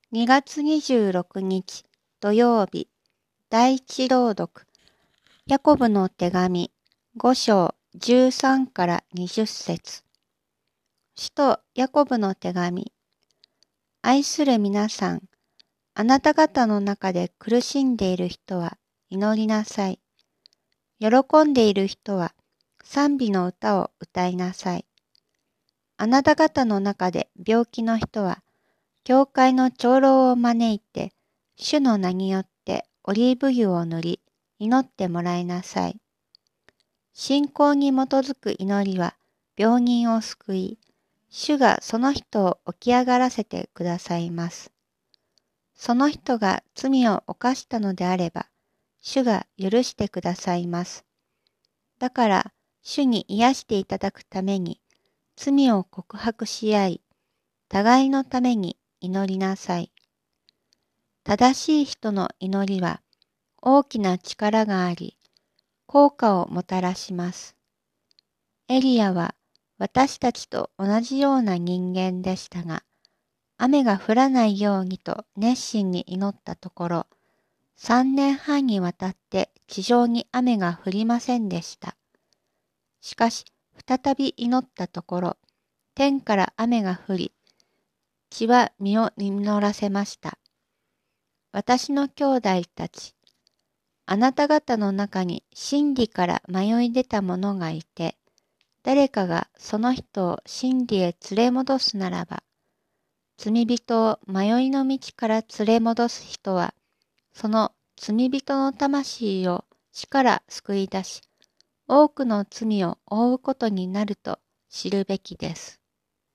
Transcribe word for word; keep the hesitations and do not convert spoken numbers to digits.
にがつにじゅうろくにち土曜日、第一朗読、ヤコブの手紙ご章じゅうさんからにじゅっ節。使徒ヤコブの手紙。愛する皆さん、あなた方の中で苦しんでいる人は祈りなさい。喜んでいる人は賛美の歌を歌いなさい。あなた方の中で病気の人は、教会の長老を招いて、主の名によってオリーブ油を塗り、祈ってもらいなさい。信仰に基づく祈りは病人を救い、主がその人を起き上がらせてくださいます。その人が罪を犯したのであれば、主が許してくださいます。だから、主に癒していただくために、罪を告白し合い、互いのために祈りなさい。正しい人の祈りは大きな力があり、効果をもたらします。エリアは私たちと同じような人間でしたが、雨が降らないようにと熱心に祈ったところ、三年半にわたって地上に雨が降りませんでした。しかし、再び祈ったところ、天から雨が降り、地は実を実らせました。私の兄弟たち、あなた方の中に真理から迷い出た者がいて、誰かがその人を真理へ連れ戻すならば、罪人を迷いの道から連れ戻す人は、その罪人の魂を死から救い出し、多くの罪を負うことになると知るべきです。